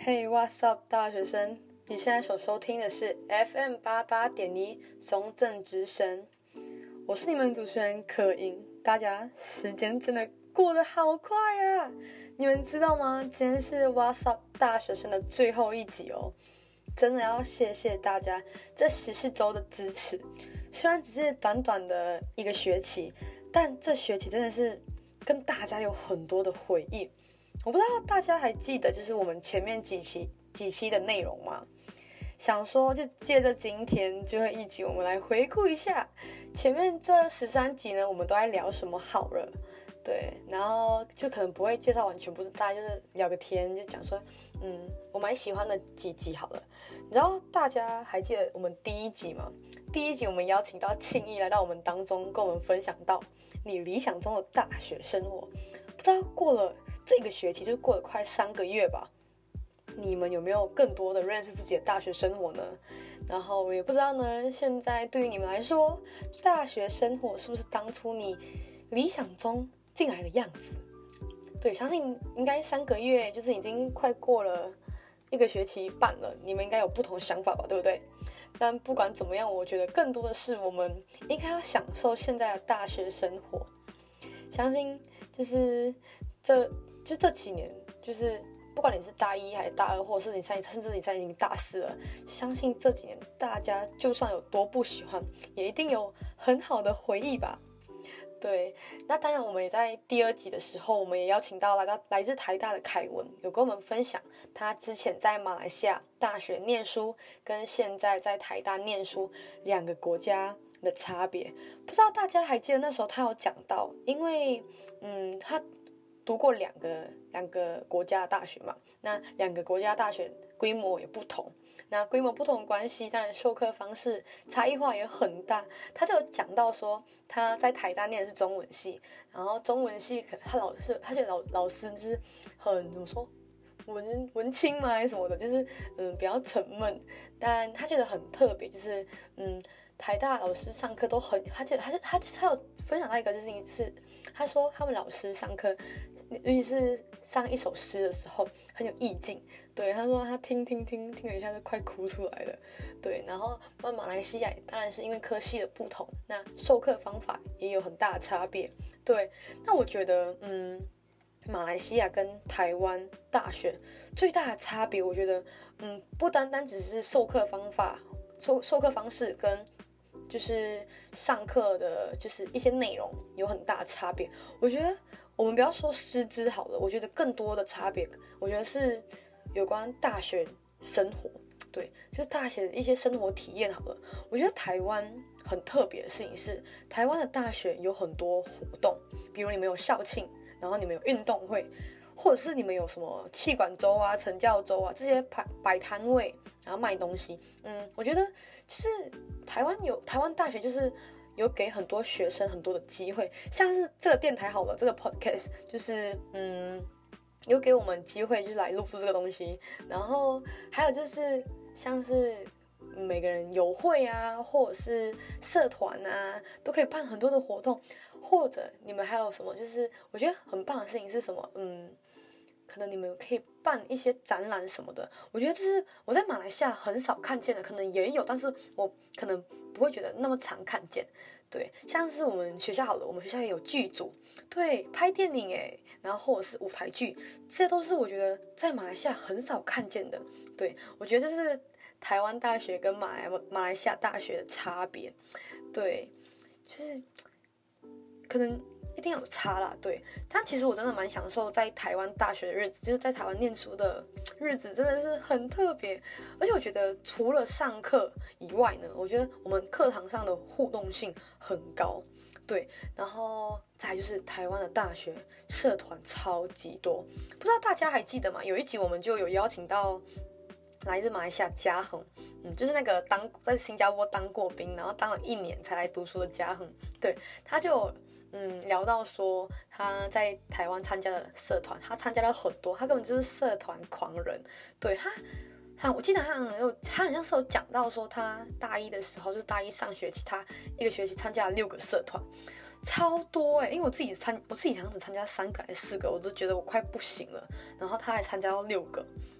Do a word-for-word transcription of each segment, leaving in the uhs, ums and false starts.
Hey, what's up， 大学生？你现在所收听的是 F M 八八点一中正之声，我是你们主持人可盈。大家时间真的过得好快啊！你们知道吗？今天是 What's up 大学生的最后一集哦，真的要谢谢大家这十四周的支持。虽然只是短短的一个学期，但这学期真的是跟大家有很多的回忆。我不知道大家还记得就是我们前面几期几期的内容吗？想说就借着今天最后一集，我们来回顾一下前面这十三集呢，我们都在聊什么好了。对，然后就可能不会介绍完全部，大家就是聊个天，就讲说，嗯，我蛮喜欢的几集好了。你知道大家还记得我们第一集吗？第一集我们邀请到庆义来到我们当中，跟我们分享到你理想中的大学生活。不知道过了这个学期，就过了快三个月吧，你们有没有更多的认识自己的大学生活呢？然后也不知道呢，现在对于你们来说，大学生活是不是当初你理想中进来的样子？对，相信应该三个月就是已经快过了一个学期半了，你们应该有不同的想法吧，对不对？但不管怎么样，我觉得更多的是我们应该要享受现在的大学生活。相信就是这就这几年，就是不管你是大一还是大二，或者是你现在甚至你现在已经大四了，相信这几年大家就算有多不喜欢，也一定有很好的回忆吧。对，那当然我们也在第二集的时候，我们也邀请到来到来自台大的凯文，有跟我们分享他之前在马来西亚大学念书跟现在在台大念书两个国家的差别。不知道大家还记得那时候他有讲到，因为嗯他读过两个两个国家的大学嘛，那两个国家大学规模也不同，那规模不同的关系，当然授课方式差异化也很大。他就有讲到说，他在台大念的是中文系，然后中文系可他老师，他觉得老老师就是很怎么说文文青嘛还是什么的，就是嗯比较沉闷，但他觉得很特别，就是嗯。台大老师上课都很，他就他就他他有分享到一个事情是，他说他们老师上课，尤其是上一首诗的时候很有意境。对，他说他听听听听了一下就快哭出来了。对，然后那马来西亚当然是因为科系的不同，那授课方法也有很大的差别。对，那我觉得嗯。马来西亚跟台湾大学最大的差别，我觉得，嗯，不单单只是授课方法、授授课方式跟就是上课的，就是一些内容有很大的差别。我觉得我们不要说师资好了，我觉得更多的差别，我觉得是有关大学生活。对，就是大学的一些生活体验好了。我觉得台湾很特别的事情是，台湾的大学有很多活动，比如你们有校庆，然后你们有运动会，或者是你们有什么企管周啊、成教周啊这些摆摆摊位，然后卖东西。嗯，我觉得就是台湾有台湾大学就是有给很多学生很多的机会，像是这个电台好了，这个 podcast 就是嗯。有给我们机会就是来录制这个东西，然后还有就是像是每个人友会啊，或者是社团啊，都可以办很多的活动，或者你们还有什么就是我觉得很棒的事情是什么？嗯，可能你们可以办一些展览什么的，我觉得这是我在马来西亚很少看见的，可能也有，但是我可能不会觉得那么常看见。对，像是我们学校好了，我们学校也有剧组，对，拍电影诶，然后或者是舞台剧，这些都是我觉得在马来西亚很少看见的。对，我觉得这是台湾大学跟马来马来西亚大学的差别。对，就是可能一定有差啦，对。但其实我真的蛮享受在台湾大学的日子，就是在台湾念书的日子，真的是很特别。而且我觉得除了上课以外呢，我觉得我们课堂上的互动性很高，对。然后再来就是台湾的大学社团超级多，不知道大家还记得吗？有一集我们就有邀请到来自马来西亚嘉恒，嗯，就是那个当在新加坡当过兵，然后当了一年才来读书的嘉恒，对，他就嗯聊到说他在台湾参加的社团，他参加了很多，他根本就是社团狂人，对他。他我记得他好像有，他好像是有讲到说，他大一的时候，就是大一上学期，他一个学期参加了六个社团，超多哎、欸！因为我自己参，我自己好像只参加三个还是四个，我都觉得我快不行了。然后他还参加到六个，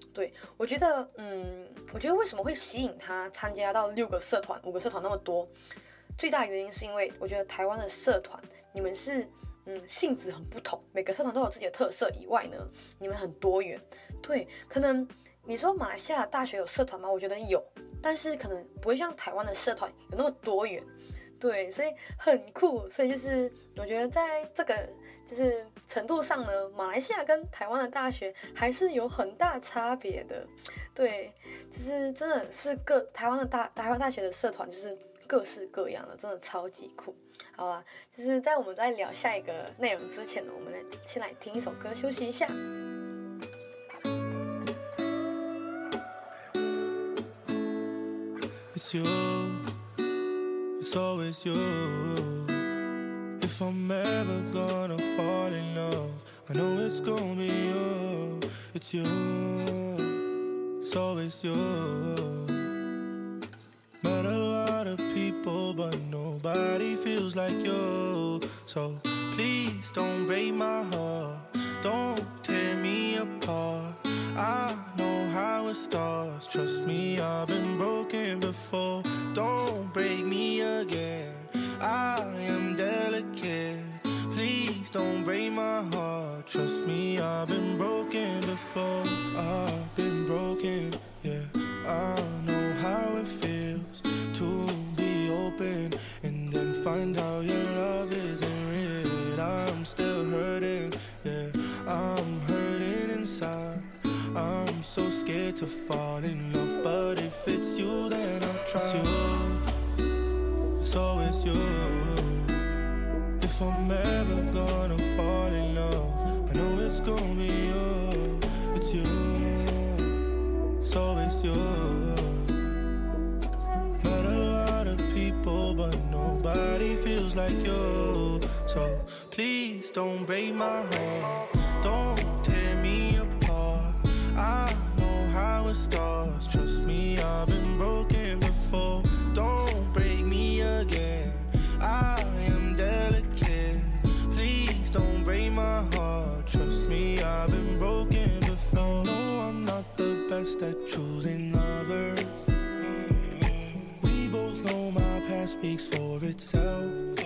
对，我觉得，嗯，我觉得为什么会吸引他参加到六个社团、五个社团那么多？最大原因是因为我觉得台湾的社团，你们是，嗯，性质很不同，每个社团都有自己的特色以外呢，你们很多元。对，可能你说马来西亚大学有社团吗？我觉得有，但是可能不会像台湾的社团有那么多元。对，所以很酷，所以就是我觉得在这个就是程度上呢，马来西亚跟台湾的大学还是有很大差别的。对，就是真的是各台湾的大台湾大学的社团就是各式各样的，真的超级酷。好啦，就是在我们在聊下一个内容之前呢，我们来先来听一首歌休息一下。 It's you, it's always you. If I'm ever gonna fall in love, I know it's gonna be you. It's you, it's always you. Met a lot of people, but nobody feels like you. So please don't break my heart, don't tear me apart. I know how it starts, trust me, I've been broken before. Don't break me again, I am delicate. Please don't break my heart, trust me, I've been broken before. I've been broken, yeah, I know how it feels to be open and then find out your love isn't real. I'm still hurting, yeah, I'm hurting inside. I'm so scared to fall in love, but if it's you, then I'll try. It's you, it's always you. If I'm ever gonna fall in love, I know it's gonna be you. It's you, it's always you. Met a lot of people, but nobody feels like you. So please don't break my heart, don't tear me apart. I know how it starts, trust me, I've been broken before. Don't break me again, I am delicate. Please don't break my heart, trust me, I've been broken before. No, I'm not the best at choosing lovers. We both know my past speaks for itself.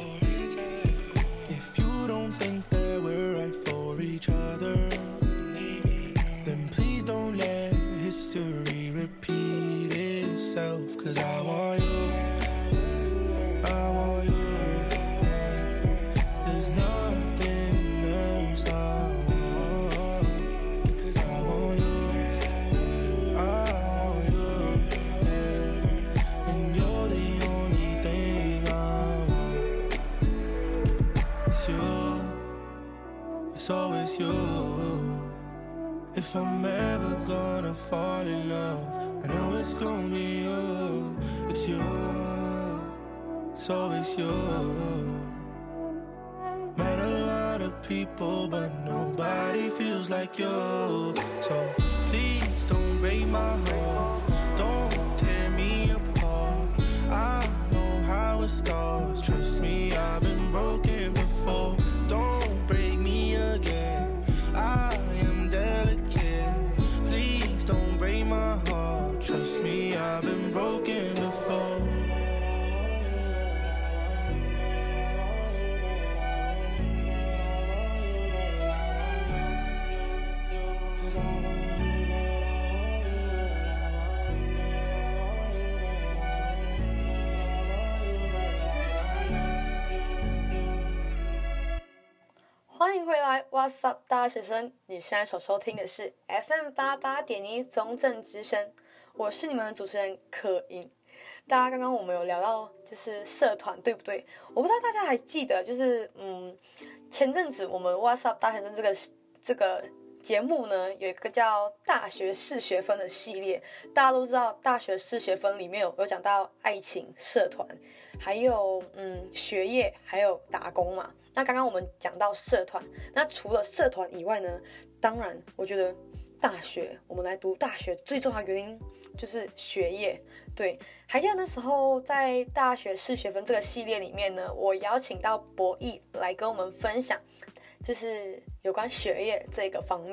If you don't think that we're right for each other, then please don't let history repeat itself. Cause I want you, I want you. There's nothing else I want. Cause I want you, I want you. And you're the only thing I want. It's you, it's always you. If I'm ever gonna fall in love, I know it's gonna be you. It's you, it's always you. Met a lot of people, but nobody feels like you. So please don't break my heart, don't tear me apart. I know how it starts, trust me, I've been broken before. Don't break me again, I am delicate. Please don't break my heart, trust me, I've been broken before. Cause I want you, 欢迎回来 What's up 大学生，你现在所收听的是 F M 八八点一中正之声，我是你们的主持人可盈。大家刚刚我们有聊到就是社团对不对？我不知道大家还记得就是嗯前阵子我们 What's up 大学生这个这个节目呢有一个叫大学四学分的系列，大家都知道大学四学分里面有有讲到爱情、社团，还有嗯学业，还有打工嘛。那刚刚我们讲到社团，那除了社团以外呢，当然我觉得大学我们来读大学最重要的原因就是学业。对，还记得那时候在大学四学分这个系列里面呢，我邀请到博弈来跟我们分享就是有关学业这个方面。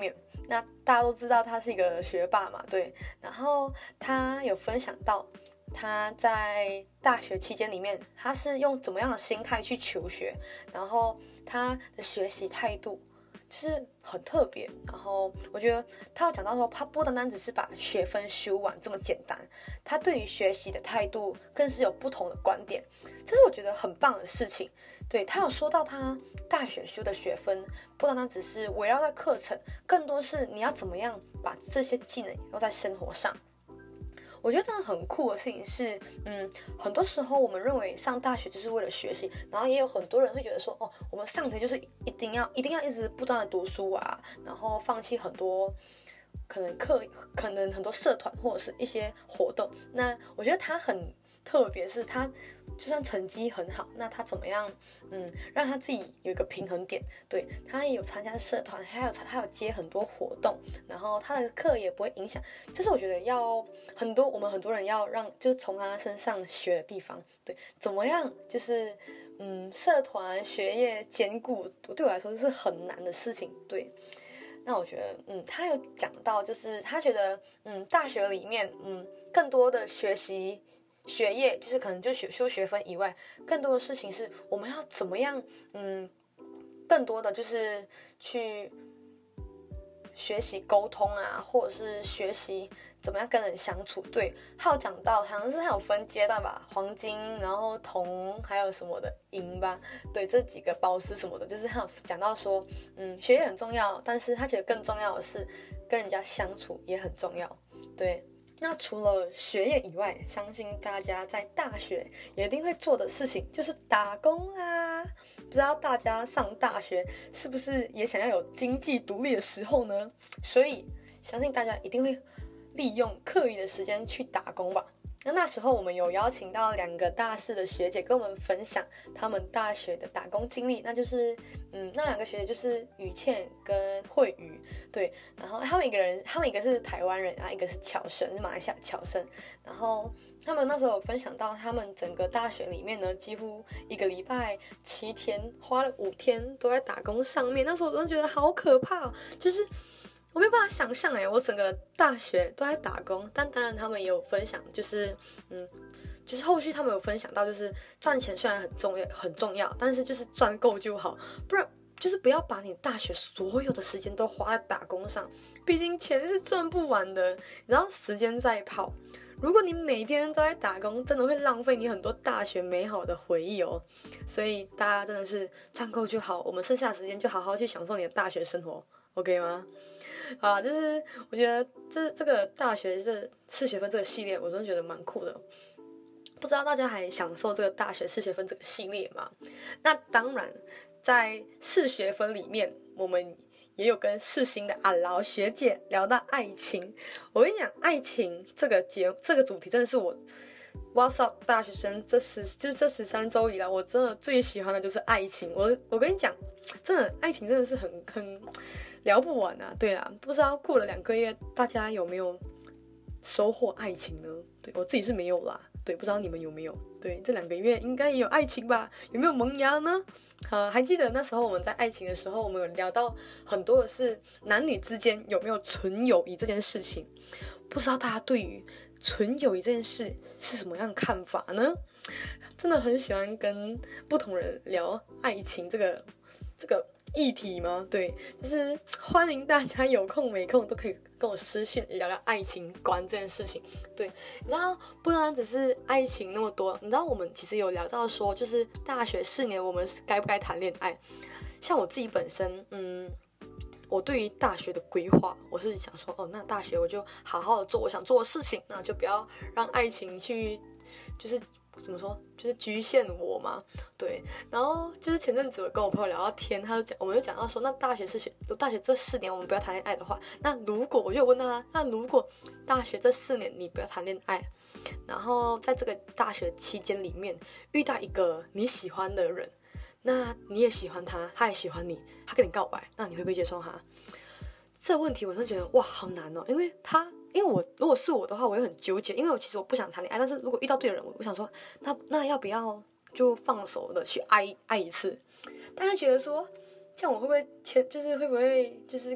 那大家都知道他是一个学霸嘛，对。然后他有分享到他在大学期间里面，他是用怎么样的心态去求学，然后他的学习态度就是很特别。然后我觉得他有讲到说，他不单单只是把学分修完这么简单，他对于学习的态度更是有不同的观点，这是我觉得很棒的事情。对，他有说到他大学修的学分不单单只是围绕在课程，更多是你要怎么样把这些技能用在生活上。我觉得真的很酷的事情是，嗯，很多时候我们认为上大学就是为了学习，然后也有很多人会觉得说，哦，我们上学就是一定要一定要一直不断的读书啊，然后放弃很多可能课可能很多社团或者是一些活动。那我觉得他很特别，是他就算成绩很好，那他怎么样，嗯，让他自己有一个平衡点。对，他也有参加社团，还有他有接很多活动，然后他的课也不会影响。这是我觉得要很多我们很多人要让就是从他身上学的地方。对，怎么样就是嗯，社团学业兼顾，对我来说是很难的事情。对。那我觉得，嗯，他有讲到，就是他觉得，嗯，大学里面，嗯，更多的学习学业，就是可能就修修学分以外，更多的事情是我们要怎么样，嗯，更多的就是去学习沟通啊，或者是学习怎么样跟人相处。对，他有讲到，好像是他有分阶段吧，黄金，然后铜，还有什么的银吧，对，这几个宝石什么的，就是他有讲到说，嗯，学业很重要，但是他觉得更重要的是跟人家相处也很重要。对，那除了学业以外，相信大家在大学也一定会做的事情就是打工啦。不知道大家上大学是不是也想要有经济独立的时候呢？所以相信大家一定会利用课余的时间去打工吧。那那时候我们有邀请到两个大四的学姐跟我们分享他们大学的打工经历，那就是嗯，那两个学姐就是于倩跟慧瑜。对，然后他们一个人，他们一个是台湾人啊，一个是侨生，是马来西亚侨生。然后他们那时候有分享到，他们整个大学里面呢，几乎一个礼拜七天，花了五天都在打工上面。那时候我都觉得好可怕哦，就是我没有办法想象哎，我整个大学都在打工。但当然他们也有分享，就是嗯，就是后续他们有分享到，就是赚钱虽然很重要很重要，但是就是赚够就好，不然就是不要把你大学所有的时间都花在打工上，毕竟钱是赚不完的，你知道时间在跑。如果你每天都在打工，真的会浪费你很多大学美好的回忆哦。所以大家真的是赚够就好，我们剩下的时间就好好去享受你的大学生活 ，OK 吗？好啦，就是我觉得这这个大学这四学分这个系列，我真的觉得蛮酷的。不知道大家还享受这个大学四学分这个系列吗？那当然，在四学分里面，我们也有跟世新的阿劳学姐聊到爱情。我跟你讲，爱情这个节这个主题真的是我 What's Up 大学生这十就是这十三周以来，我真的最喜欢的就是爱情。我我跟你讲，真的爱情真的是很很聊不完啊。对啦，不知道过了两个月，大家有没有收获爱情呢？对，我自己是没有啦。对，不知道你们有没有？对，这两个月应该也有爱情吧？有没有萌芽呢？呃，还记得那时候我们在爱情的时候，我们有聊到很多的是男女之间有没有纯友谊这件事情。不知道大家对于纯友谊这件事是什么样的看法呢？真的很喜欢跟不同人聊爱情这个这个议题吗？对，就是欢迎大家有空没空都可以跟我私讯聊聊爱情观这件事情。对，你知道不单只是爱情那么多，你知道我们其实有聊到说，就是大学四年我们该不该谈恋爱。像我自己本身，嗯，我对于大学的规划，我是想说，哦，那大学我就好好的做我想做的事情，那就不要让爱情去，就是怎么说，就是局限我嘛。对，然后就是前阵子我跟我朋友聊到天，他就讲，我们就讲到说，那大学是学大学这四年我们不要谈恋爱的话，那如果我就问他，那如果大学这四年你不要谈恋爱，然后在这个大学期间里面遇到一个你喜欢的人，那你也喜欢他，他也喜欢你，他跟你告白，那你会不会接受他？这个问题我真的觉得哇好难哦，因为他因为我如果是我的话，我会很纠结，因为我其实我不想谈恋爱，但是如果遇到对的人，我想说那那要不要就放手的去爱爱一次？大家觉得说这样我会不会前就是会不会就是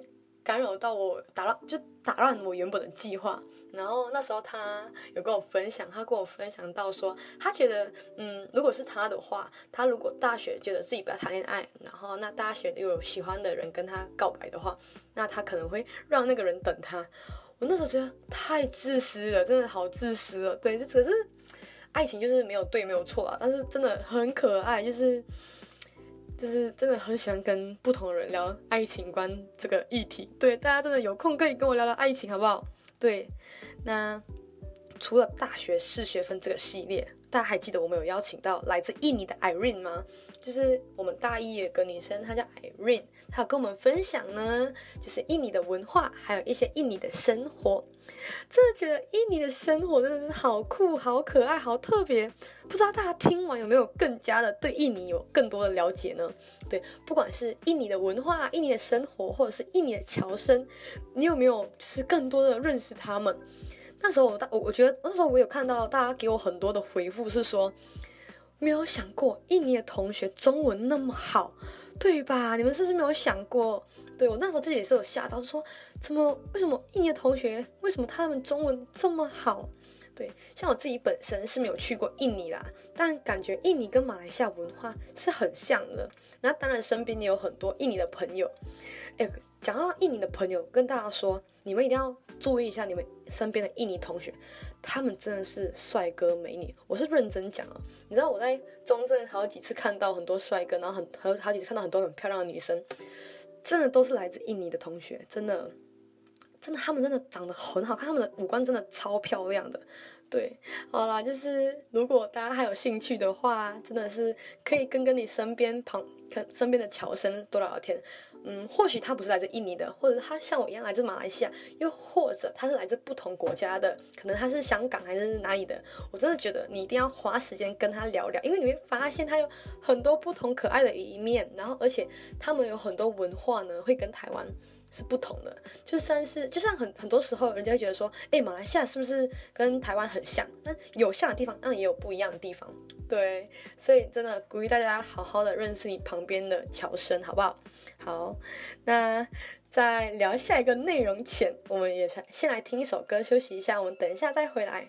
干扰到我，打乱就打乱我原本的计划。然后那时候他有跟我分享，他跟我分享到说，他觉得，嗯，如果是他的话，他如果大学觉得自己不要谈恋爱，然后那大学又有喜欢的人跟他告白的话，那他可能会让那个人等他。我那时候觉得太自私了，真的好自私了。对，就可是爱情就是没有对没有错啊，但是真的很可爱，就是就是真的很喜欢跟不同的人聊爱情观这个议题。对，大家真的有空可以跟我聊聊爱情好不好？对，那除了大学四学分这个系列，大家还记得我们有邀请到来自印尼的 Irene 吗？就是我们大一有个女生，她叫 Irene， 她有跟我们分享呢，就是印尼的文化，还有一些印尼的生活。真的觉得印尼的生活真的是好酷、好可爱、好特别。不知道大家听完有没有更加的对印尼有更多的了解呢？对，不管是印尼的文化、印尼的生活，或者是印尼的侨生，你有没有就是更多的认识他们？那时候我我我觉得那时候我有看到大家给我很多的回复是说，没有想过印尼的同学中文那么好，对吧？你们是不是没有想过？对，我那时候自己也是有吓到，说怎么为什么印尼的同学为什么他们中文这么好？对，像我自己本身是没有去过印尼啦，但感觉印尼跟马来西亚文化是很像的。那当然身边也有很多印尼的朋友。哎，讲到印尼的朋友，跟大家说，你们一定要注意一下你们身边的印尼同学，他们真的是帅哥美女，我是认真讲啊。你知道我在中正好几次看到很多帅哥，然后很还有好几次看到很多很漂亮的女生，真的都是来自印尼的同学，真的。真的，他们真的长得很好看，他们的五官真的超漂亮的。对，好啦，就是如果大家还有兴趣的话，真的是可以跟跟你身边旁身边的侨生多聊聊天。嗯，或许他不是来自印尼的，或者他像我一样来自马来西亚，又或者他是来自不同国家的，可能他是香港还是哪里的。我真的觉得你一定要花时间跟他聊聊，因为你会发现他有很多不同可爱的一面，然后而且他们有很多文化呢，会跟台湾是不同的，就算是就像很很多时候，人家会觉得说，哎，马来西亚是不是跟台湾很像？但有像的地方，但也有不一样的地方。对，所以真的鼓励大家好好的认识你旁边的侨生，好不好？好，那在聊下一个内容前，我们也先来听一首歌休息一下，我们等一下再回来。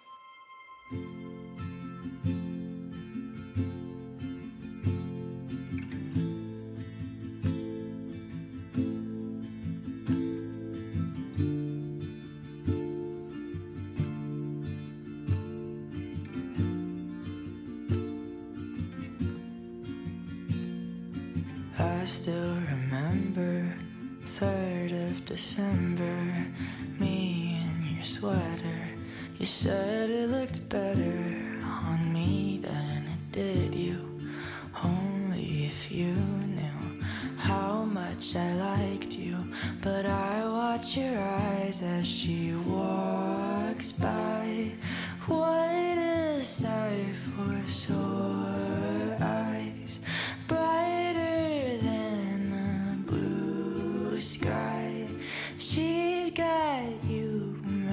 I still remember third of December, me in your sweater. You said it looked better on me than it did you. Only if you knew how much I liked you. But I watch your eyes as she walks by. What a sight for sore eyes, brighter than the blue sky. She's got you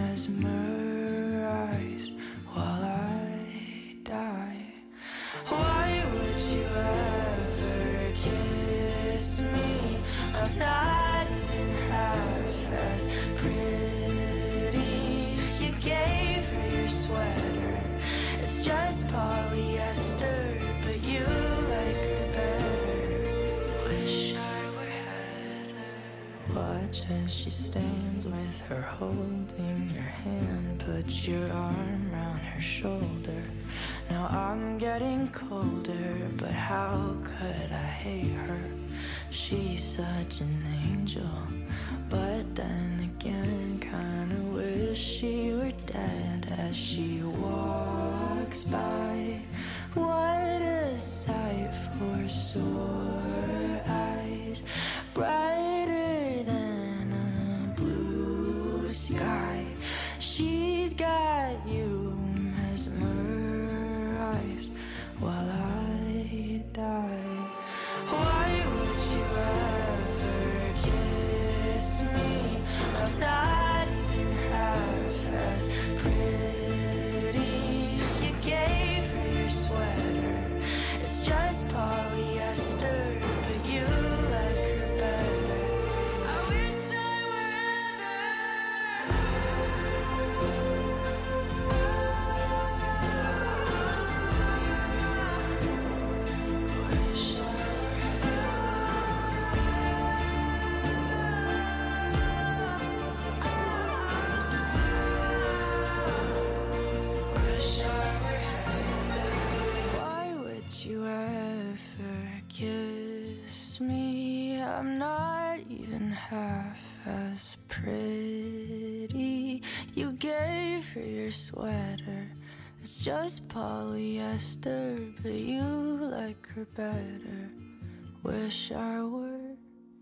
mesmerized while I die. Why would you ever kiss me? I'm not even half as pretty. You gave her your sweater, it's just polyester, but you like her better. Wish I were Heather. Watch as she stands with her holding your hand, put your arm around her shoulder. Now I'm getting colder, but how could I hate her? She's such an angel, but then again kinda wish she were dead as she walks by. What a sight for sore eyes, brighter than a blue sky. She's got you mesmerized while I die. Why would you ever kiss me? I'm not even half as pretty. ever kiss me. I'm not even half as pretty. You gave her your sweater, it's just polyester, but you like her better. Wish I were.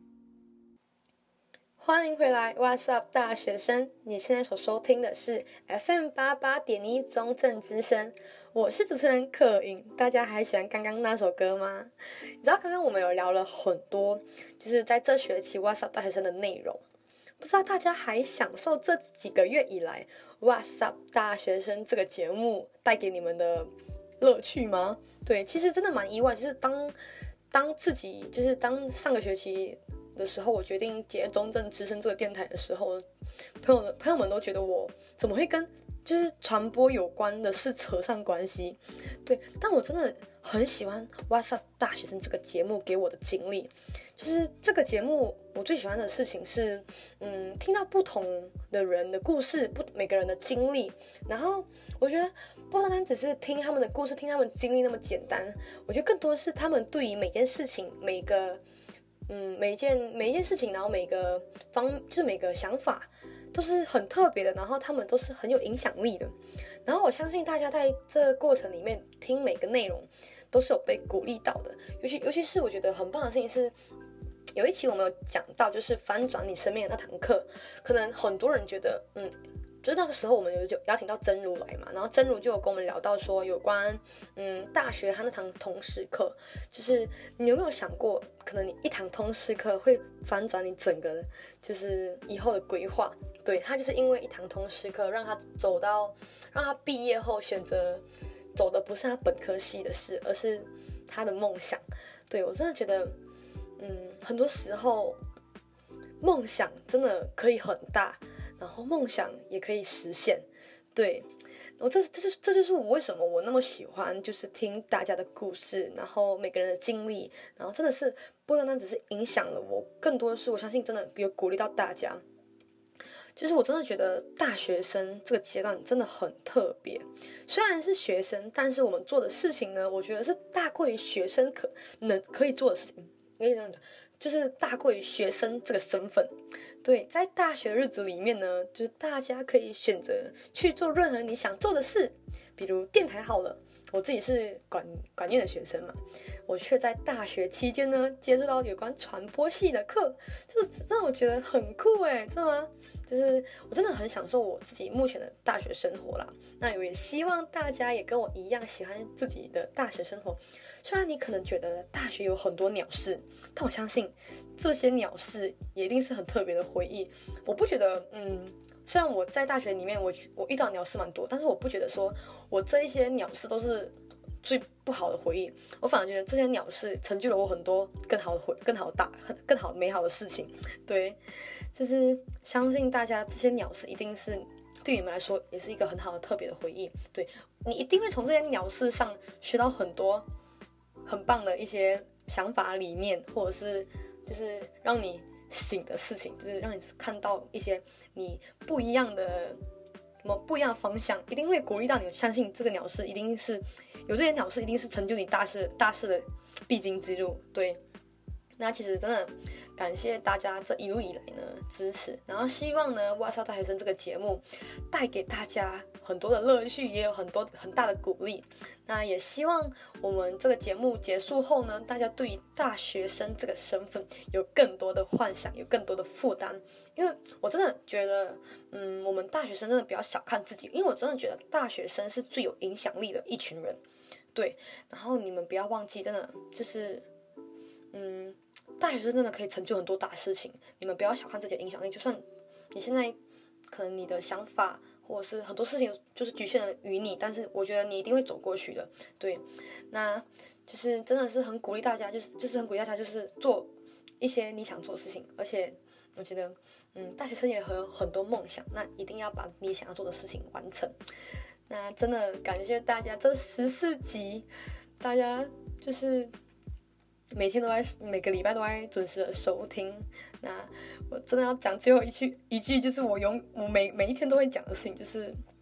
欢迎回来 What's up 大学生，你现在所收听的是 F M 八八点一 中正之声，我是主持人可盈。大家还喜欢刚刚那首歌吗？你知道刚刚我们有聊了很多就是在这学期 What's up 大学生的内容，不知道大家还享受这几个月以来 What's up 大学生这个节目带给你们的乐趣吗？对，其实真的蛮意外，就是当当自己就是当上个学期的时候，我决定接中正之声这个电台的时候，朋友的朋友们都觉得我怎么会跟就是传播有关的事扯上关系？对，但我真的很喜欢 What's up 大学生这个节目给我的经历，就是这个节目我最喜欢的事情是，嗯，听到不同的人的故事，不每个人的经历，然后我觉得不单单只是听他们的故事，听他们经历那么简单，我觉得更多的是他们对于每件事情，每个。嗯，每一件每一件事情，然后每个方就是每个想法都是很特别的，然后他们都是很有影响力的。然后我相信大家在这个过程里面听每个内容都是有被鼓励到的，尤其尤其是我觉得很棒的事情是，有一期我们有讲到就是翻转你生命的那堂课，可能很多人觉得嗯。就是那个时候我们有邀请到真如来嘛，然后真如就有跟我们聊到说有关嗯大学他那堂通识课，就是你有没有想过，可能你一堂通识课会翻转你整个就是以后的规划？对，他就是因为一堂通识课让他走到让他毕业后选择走的不是他本科系的事，而是他的梦想。对，我真的觉得嗯很多时候梦想真的可以很大，然后梦想也可以实现。对，我这这就是这就是我为什么我那么喜欢就是听大家的故事，然后每个人的经历，然后真的是不单单只是影响了我，更多的是我相信真的有鼓励到大家。就是我真的觉得大学生这个阶段真的很特别，虽然是学生，但是我们做的事情呢，我觉得是大过于学生可能可以做的事情，可以这样讲，就是大过于学生这个身份。对，在大学日子里面呢，就是大家可以选择去做任何你想做的事，比如电台好了，我自己是管管院的学生嘛，我却在大学期间呢接触到有关传播系的课，就是让我觉得很酷诶，知道吗？就是我真的很享受我自己目前的大学生活啦。那我也希望大家也跟我一样喜欢自己的大学生活。虽然你可能觉得大学有很多鸟事，但我相信这些鸟事也一定是很特别的回忆。我不觉得，嗯，虽然我在大学里面我我遇到鸟事蛮多，但是我不觉得说我这一些鸟事都是最不好的回忆，我反而觉得这些鸟事成就了我很多更好的回、更好的大、更好美好的事情。对，就是相信大家这些鸟事一定是对你们来说也是一个很好的特别的回忆。对，你一定会从这些鸟事上学到很多很棒的一些想法理念，或者是就是让你醒的事情，就是让你看到一些你不一样的什么不一样的方向，一定会鼓励到你相信这个鸟事一定是有这些鸟事一定是成就你大事大事的必经之路。对，那其实真的感谢大家这一路以来呢支持，然后希望呢 What's up 大学生这个节目带给大家很多的乐趣，也有很多很大的鼓励。那也希望我们这个节目结束后呢，大家对于大学生这个身份有更多的幻想，有更多的负担。因为我真的觉得嗯，我们大学生真的不要小看自己，因为我真的觉得大学生是最有影响力的一群人。对，然后你们不要忘记，真的就是嗯大学生真的可以成就很多大事情，你们不要小看自己的影响力。就算你现在可能你的想法或者是很多事情就是局限于你，但是我觉得你一定会走过去的。对，那就是真的是很鼓励大家，就是就是很鼓励大家，就是做一些你想做的事情。而且我觉得，嗯，大学生也有很多梦想，那一定要把你想要做的事情完成。那真的感谢大家这十四集，大家就是每天都在每个礼拜都在准时的收听。那我真的要讲最后一句一句，就是我永我每每一天都会讲的事情，就是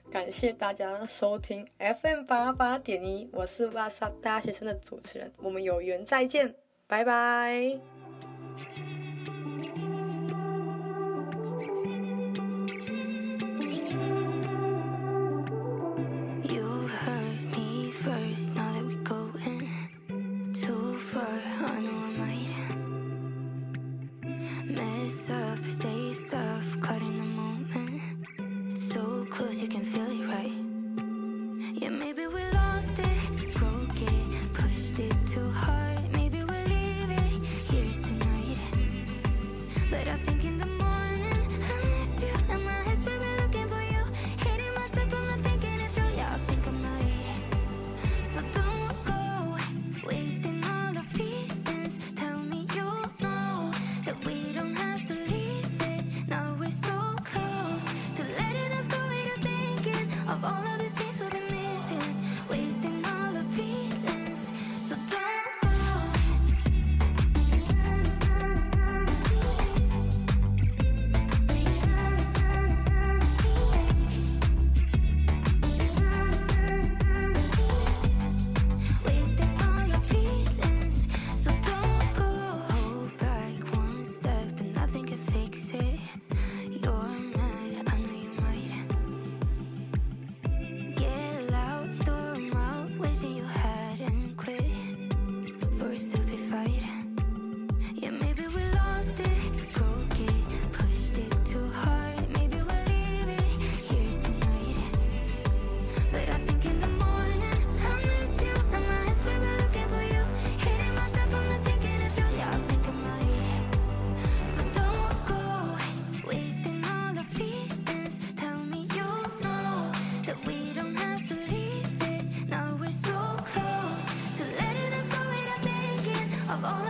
感谢大家收听 F M 八八点一，我是 What's Up 大学生的主持人，我们有缘再见，拜拜。 Of all